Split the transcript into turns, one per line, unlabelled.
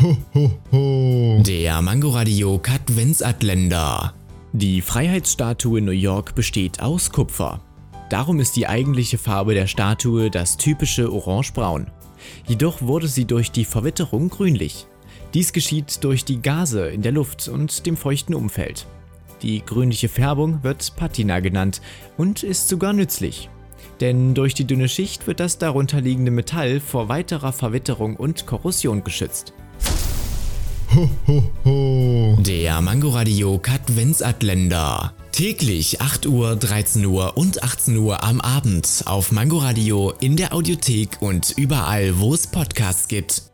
Ho, ho, ho.
Der Mangoradio Adventsatländer. Die Freiheitsstatue in New York besteht aus Kupfer. Darum ist die eigentliche Farbe der Statue das typische Orangebraun. Jedoch wurde sie durch die Verwitterung grünlich. Dies geschieht durch die Gase in der Luft und dem feuchten Umfeld. Die grünliche Färbung wird Patina genannt und ist sogar nützlich. Denn durch die dünne Schicht wird das darunterliegende Metall vor weiterer Verwitterung und Korrosion geschützt.
Ho, ho, ho.
Der Mangoradio Adventsatländer. Täglich 8 Uhr, 13 Uhr und 18 Uhr am Abend auf Mangoradio, in der Audiothek und überall, wo es Podcasts gibt.